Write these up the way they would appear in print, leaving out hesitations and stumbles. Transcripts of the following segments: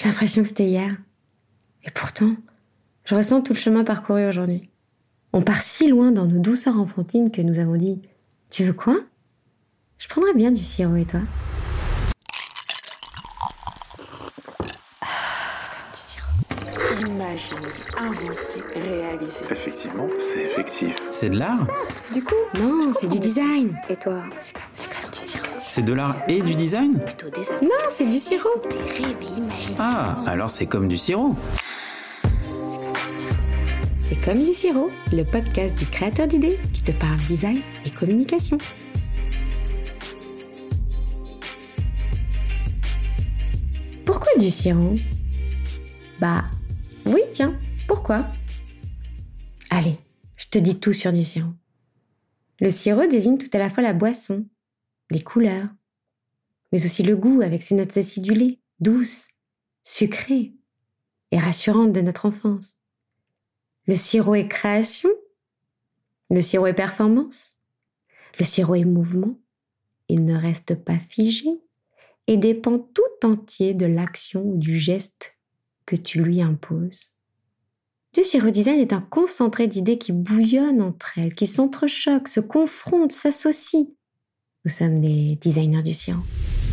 J'ai l'impression que c'était hier. Et pourtant, je ressens tout le chemin parcouru aujourd'hui. On part si loin dans nos douceurs enfantines que nous avons dit « Tu veux quoi ? Je prendrais bien du sirop et toi ?» Imaginer, inventer, réaliser. Effectivement, c'est effectif. C'est de l'art ? Du coup, Non, c'est du design. et toi, C'est comme du sirop. C'est de l'art et du design ? plutôt des Non, c'est du sirop. rêves et imaginer. Ah, alors c'est comme du sirop. C'est comme du sirop, le podcast du créateur d'idées qui te parle design et communication. Pourquoi du sirop ? Bah, oui, tiens, pourquoi ? Allez, je te dis tout sur du sirop. Le sirop désigne tout à la fois la boisson, les couleurs, mais aussi le goût avec ses notes acidulées, douces, sucrées et rassurantes de notre enfance. Le sirop est création, le sirop est performance, le sirop est mouvement, il ne reste pas figé et dépend tout entier de l'action ou du geste que tu lui imposes. Du sirop design est un concentré d'idées qui bouillonnent entre elles, qui s'entrechoquent, se confrontent, s'associent. Nous sommes des designers du sirop.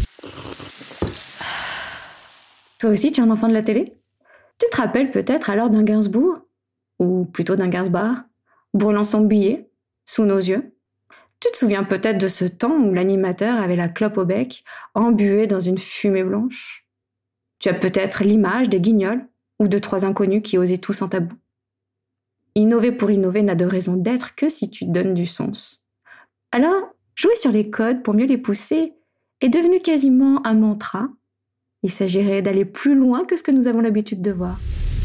Toi aussi, tu es un enfant de la télé ? Tu te rappelles peut-être alors d'un Gainsbourg ? Ou plutôt d'un Gainsbar, brûlant son billet, sous nos yeux. Tu te souviens peut-être de ce temps où l'animateur avait la clope au bec, embuée dans une fumée blanche. Tu as peut-être l'image des Guignols ou de trois inconnus qui osaient tout sans tabou. Innover pour innover n'a de raison d'être que si tu donnes du sens. Alors, jouer sur les codes pour mieux les pousser est devenu quasiment un mantra. Il s'agirait d'aller plus loin que ce que nous avons l'habitude de voir.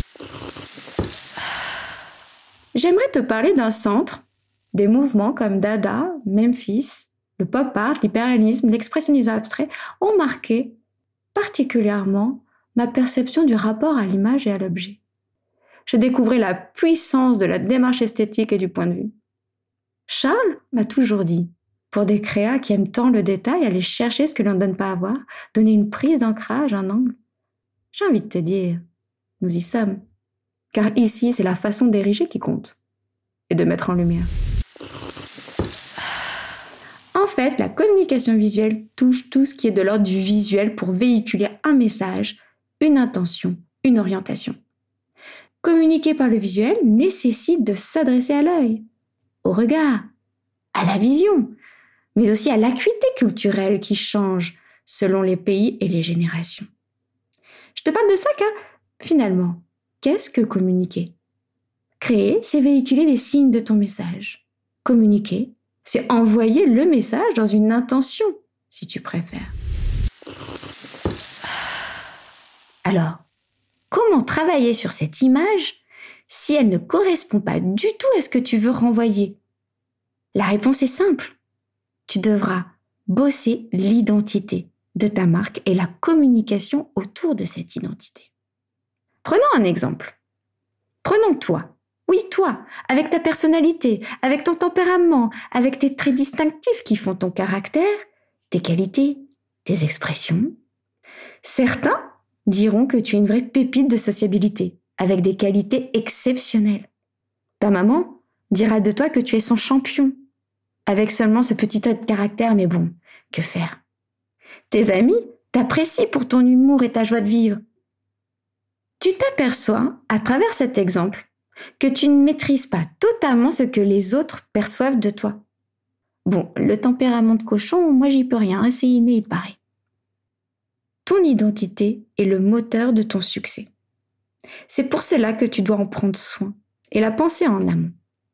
J'aimerais te parler d'un centre, des mouvements comme Dada, Memphis, le pop art, l'hyperréalisme, l'expressionnisme abstrait ont marqué particulièrement ma perception du rapport à l'image et à l'objet. Je découvrais la puissance de la démarche esthétique et du point de vue. Charles m'a toujours dit, pour des créas qui aiment tant le détail, aller chercher ce que l'on ne donne pas à voir, donner une prise d'ancrage, un angle. J'ai envie de te dire, nous y sommes. Car ici, c'est la façon d'ériger qui compte et de mettre en lumière. En fait, la communication visuelle touche tout ce qui est de l'ordre du visuel pour véhiculer un message, une intention, une orientation. Communiquer par le visuel nécessite de s'adresser à l'œil, au regard, à la vision, mais aussi à l'acuité culturelle qui change selon les pays et les générations. Je te parle de ça car, finalement, qu'est-ce que communiquer ? Créer, c'est véhiculer des signes de ton message. Communiquer, c'est envoyer le message dans une intention, si tu préfères. Alors, comment travailler sur cette image si elle ne correspond pas du tout à ce que tu veux renvoyer ? La réponse est simple. Tu devras bosser l'identité de ta marque et la communication autour de cette identité. Prenons un exemple. Prenons toi. Oui, toi, avec ta personnalité, avec ton tempérament, avec tes traits distinctifs qui font ton caractère, tes qualités, tes expressions. Certains diront que tu es une vraie pépite de sociabilité, avec des qualités exceptionnelles. Ta maman dira de toi que tu es son champion, avec seulement ce petit trait de caractère, mais bon, que faire ? Tes amis t'apprécient pour ton humour et ta joie de vivre. Tu t'aperçois, à travers cet exemple, que tu ne maîtrises pas totalement ce que les autres perçoivent de toi. Bon, le tempérament de cochon, moi j'y peux rien, c'est inné, il paraît. Ton identité est le moteur de ton succès. C'est pour cela que tu dois en prendre soin et la penser en amont.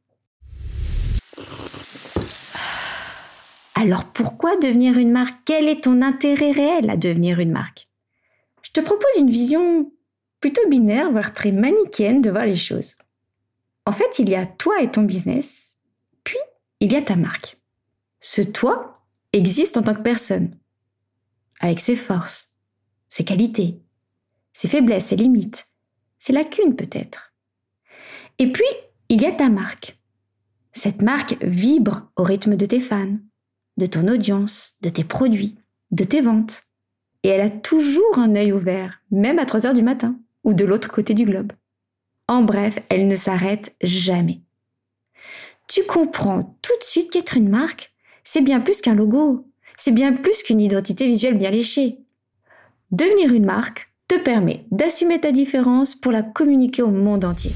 Alors pourquoi devenir une marque ? Quel est ton intérêt réel à devenir une marque ? Je te propose une vision plutôt binaire, voire très manichéenne de voir les choses. En fait, il y a toi et ton business, puis il y a ta marque. Ce toi existe en tant que personne, avec ses forces, ses qualités, ses faiblesses, ses limites, ses lacunes peut-être. Et puis, il y a ta marque. Cette marque vibre au rythme de tes fans, de ton audience, de tes produits, de tes ventes. Et elle a toujours un œil ouvert, même à 3 heures du matin, ou de l'autre côté du globe. En bref, elle ne s'arrête jamais. Tu comprends tout de suite qu'être une marque, c'est bien plus qu'un logo, c'est bien plus qu'une identité visuelle bien léchée. Devenir une marque te permet d'assumer ta différence pour la communiquer au monde entier.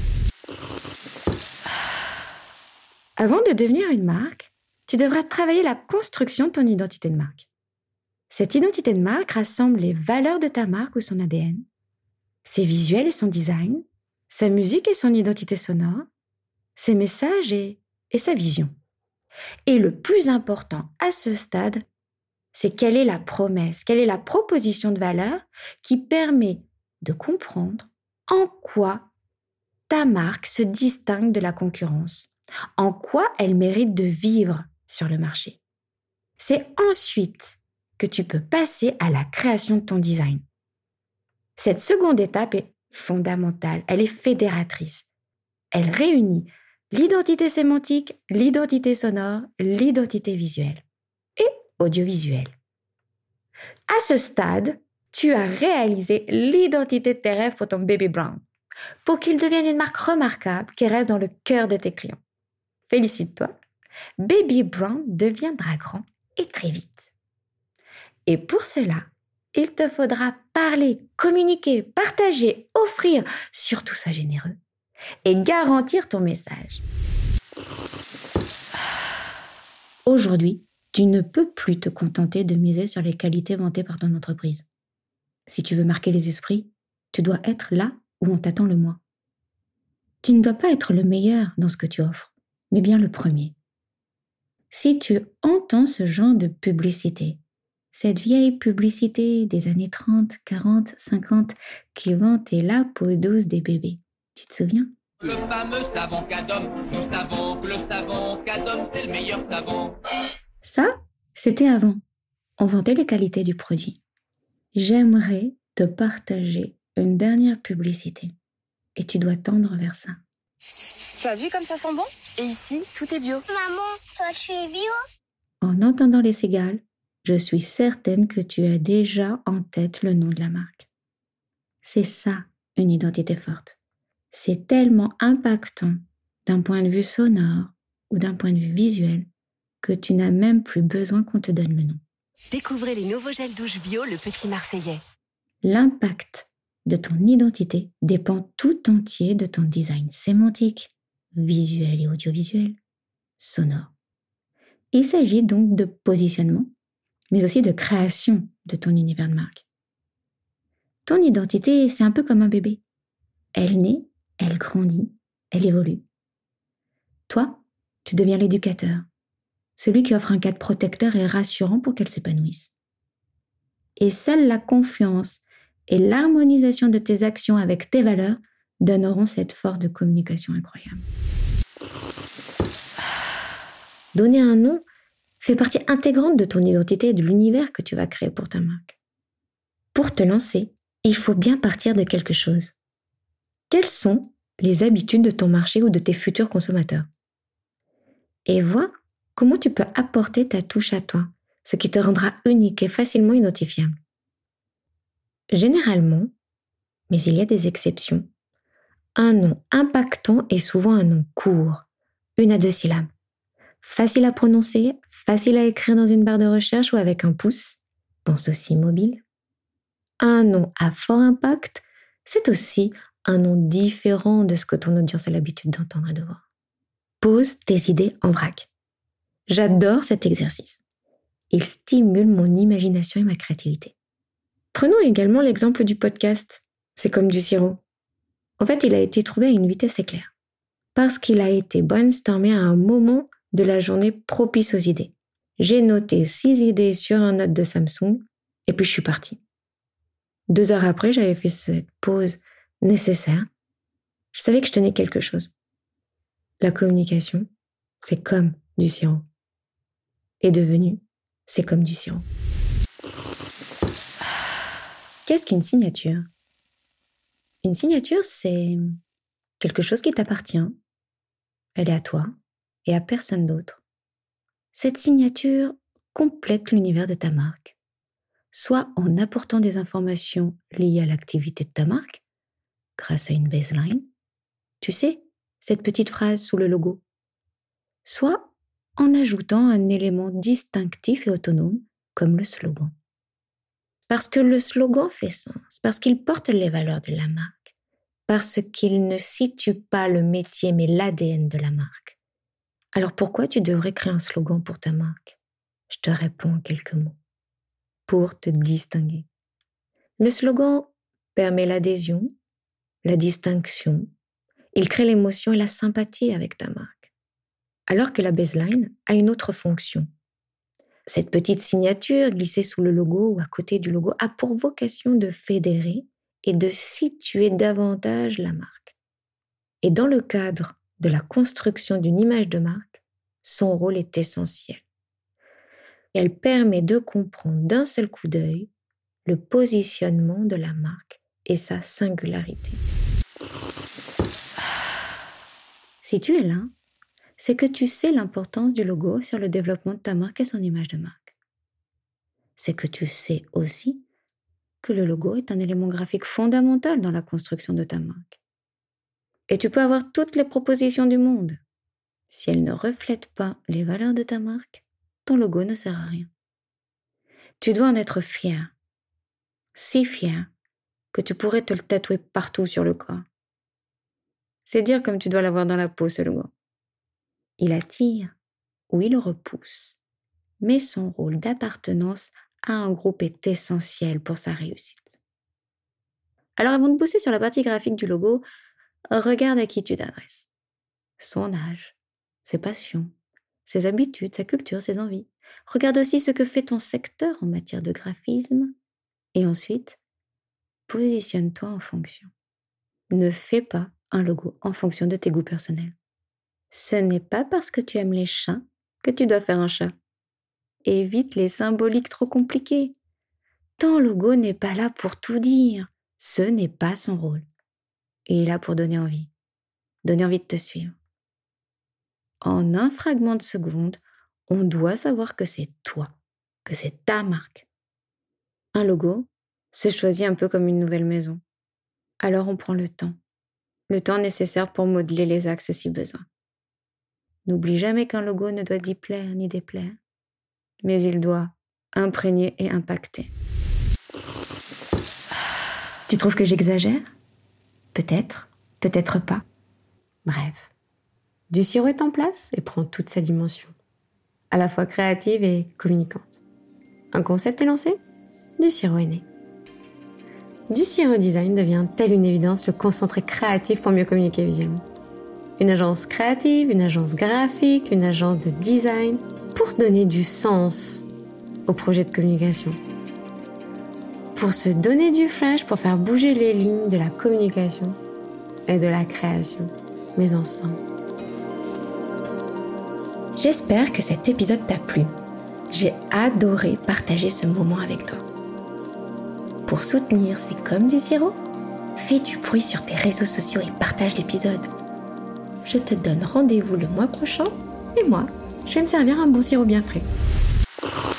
Avant de devenir une marque, tu devras travailler la construction de ton identité de marque. Cette identité de marque rassemble les valeurs de ta marque ou son ADN, ses visuels et son design, sa musique et son identité sonore, ses messages et sa vision. Et le plus important à ce stade, c'est quelle est la promesse, quelle est la proposition de valeur qui permet de comprendre en quoi ta marque se distingue de la concurrence, en quoi elle mérite de vivre sur le marché. C'est ensuite que tu peux passer à la création de ton design. Cette seconde étape est fondamentale, elle est fédératrice. Elle réunit l'identité sémantique, l'identité sonore, l'identité visuelle et audiovisuelle. À ce stade, tu as réalisé l'identité de tes rêves pour ton Baby Brown, pour qu'il devienne une marque remarquable qui reste dans le cœur de tes clients. Félicite-toi, Baby Brown deviendra grand et très vite. Et pour cela, il te faudra parler, communiquer, partager, offrir, surtout sois généreux, et garantir ton message. Aujourd'hui, tu ne peux plus te contenter de miser sur les qualités vantées par ton entreprise. Si tu veux marquer les esprits, tu dois être là où on t'attend le moins. Tu ne dois pas être le meilleur dans ce que tu offres, mais bien le premier. Si tu entends ce genre de publicité, cette vieille publicité des années 30, 40, 50 qui vantait la peau douce des bébés, tu te souviens ? Le fameux savon Cadom, nous savons que le savon Cadom, c'est le meilleur savon. Ça, c'était avant. On vantait les qualités du produit. J'aimerais te partager une dernière publicité. Et tu dois tendre vers ça. Tu as vu comme ça sent bon ? Et ici, tout est bio. Maman, toi tu es bio ? En entendant les cigales, je suis certaine que tu as déjà en tête le nom de la marque. C'est ça, une identité forte. C'est tellement impactant d'un point de vue sonore ou d'un point de vue visuel que tu n'as même plus besoin qu'on te donne le nom. Découvrez les nouveaux gels douche bio, le Petit Marseillais. L'impact de ton identité dépend tout entier de ton design sémantique, visuel et audiovisuel, sonore. Il s'agit donc de positionnement, mais aussi de création de ton univers de marque. Ton identité, c'est un peu comme un bébé. Elle naît, elle grandit, elle évolue. Toi, tu deviens l'éducateur, celui qui offre un cadre protecteur et rassurant pour qu'elle s'épanouisse. Et seule la confiance et l'harmonisation de tes actions avec tes valeurs donneront cette force de communication incroyable. Donner un nom fait partie intégrante de ton identité et de l'univers que tu vas créer pour ta marque. Pour te lancer, il faut bien partir de quelque chose. Quelles sont les habitudes de ton marché ou de tes futurs consommateurs ? Et vois comment tu peux apporter ta touche à toi, ce qui te rendra unique et facilement identifiable. Généralement, mais il y a des exceptions, un nom impactant est souvent un nom court, 1 à 2 syllabes. Facile à prononcer, facile à écrire dans une barre de recherche ou avec un pouce, pense aussi mobile. Un nom à fort impact, c'est aussi un nom différent de ce que ton audience a l'habitude d'entendre et de voir. Pose tes idées en vrac. J'adore cet exercice. Il stimule mon imagination et ma créativité. Prenons également l'exemple du podcast. C'est comme du sirop. En fait, il a été trouvé à une vitesse éclair. Parce qu'il a été brainstormé à un moment de la journée propice aux idées. J'ai noté 6 idées sur un note de Samsung et puis je suis partie. 2 heures après, j'avais fait cette pause nécessaire. Je savais que je tenais quelque chose. La communication, c'est comme du sirop. Et devenu, c'est comme du sirop. Qu'est-ce qu'une signature ? Une signature, c'est quelque chose qui t'appartient. Elle est à toi et à personne d'autre. Cette signature complète l'univers de ta marque. soit en apportant des informations liées à l'activité de ta marque, grâce à une baseline, tu sais, cette petite phrase sous le logo, soit en ajoutant un élément distinctif et autonome, comme le slogan. Parce que le slogan fait sens, parce qu'il porte les valeurs de la marque, parce qu'il ne situe pas le métier mais l'ADN de la marque. Alors pourquoi tu devrais créer un slogan pour ta marque? Je te réponds en quelques mots. Pour te distinguer. Le slogan permet l'adhésion, la distinction, il crée l'émotion et la sympathie avec ta marque. Alors que la baseline a une autre fonction. Cette petite signature glissée sous le logo ou à côté du logo a pour vocation de fédérer et de situer davantage la marque. Et dans le cadre de la construction d'une image de marque, son rôle est essentiel. Elle permet de comprendre d'un seul coup d'œil le positionnement de la marque et sa singularité. Si tu es là, c'est que tu sais l'importance du logo sur le développement de ta marque et son image de marque. C'est que tu sais aussi que le logo est un élément graphique fondamental dans la construction de ta marque. Et tu peux avoir toutes les propositions du monde. Si elles ne reflètent pas les valeurs de ta marque, ton logo ne sert à rien. Tu dois en être fier. Si fier que tu pourrais te le tatouer partout sur le corps. C'est dire comme tu dois l'avoir dans la peau, ce logo. Il attire ou il repousse, mais son rôle d'appartenance à un groupe est essentiel pour sa réussite. Alors avant de bosser sur la partie graphique du logo, regarde à qui tu t'adresses. Son âge, ses passions, ses habitudes, sa culture, ses envies. Regarde aussi ce que fait ton secteur en matière de graphisme et ensuite, positionne-toi en fonction. Ne fais pas un logo en fonction de tes goûts personnels. Ce n'est pas parce que tu aimes les chats que tu dois faire un chat. Évite les symboliques trop compliqués. Ton logo n'est pas là pour tout dire. Ce n'est pas son rôle. Il est là pour donner envie de te suivre. En un fragment de seconde, on doit savoir que c'est toi, que c'est ta marque. Un logo, c'est choisi un peu comme une nouvelle maison. Alors on prend le temps nécessaire pour modeler les axes si besoin. N'oublie jamais qu'un logo ne doit ni plaire ni déplaire, mais il doit imprégner et impacter. Tu trouves que j'exagère? Peut-être, peut-être pas. Bref, du sirop est en place et prend toute sa dimension, à la fois créative et communicante. Un concept est lancé, du sirop est né. Du Sirop Design devient telle une évidence le concentré créatif pour mieux communiquer visuellement. Une agence créative, une agence graphique, une agence de design pour donner du sens au projet de communication. Pour se donner du flash, pour faire bouger les lignes de la communication et de la création, mais ensemble. J'espère que cet épisode t'a plu. J'ai adoré partager ce moment avec toi. Pour soutenir C'est comme du sirop, fais du bruit sur tes réseaux sociaux et partage l'épisode. Je te donne rendez-vous le mois prochain et moi, je vais me servir un bon sirop bien frais.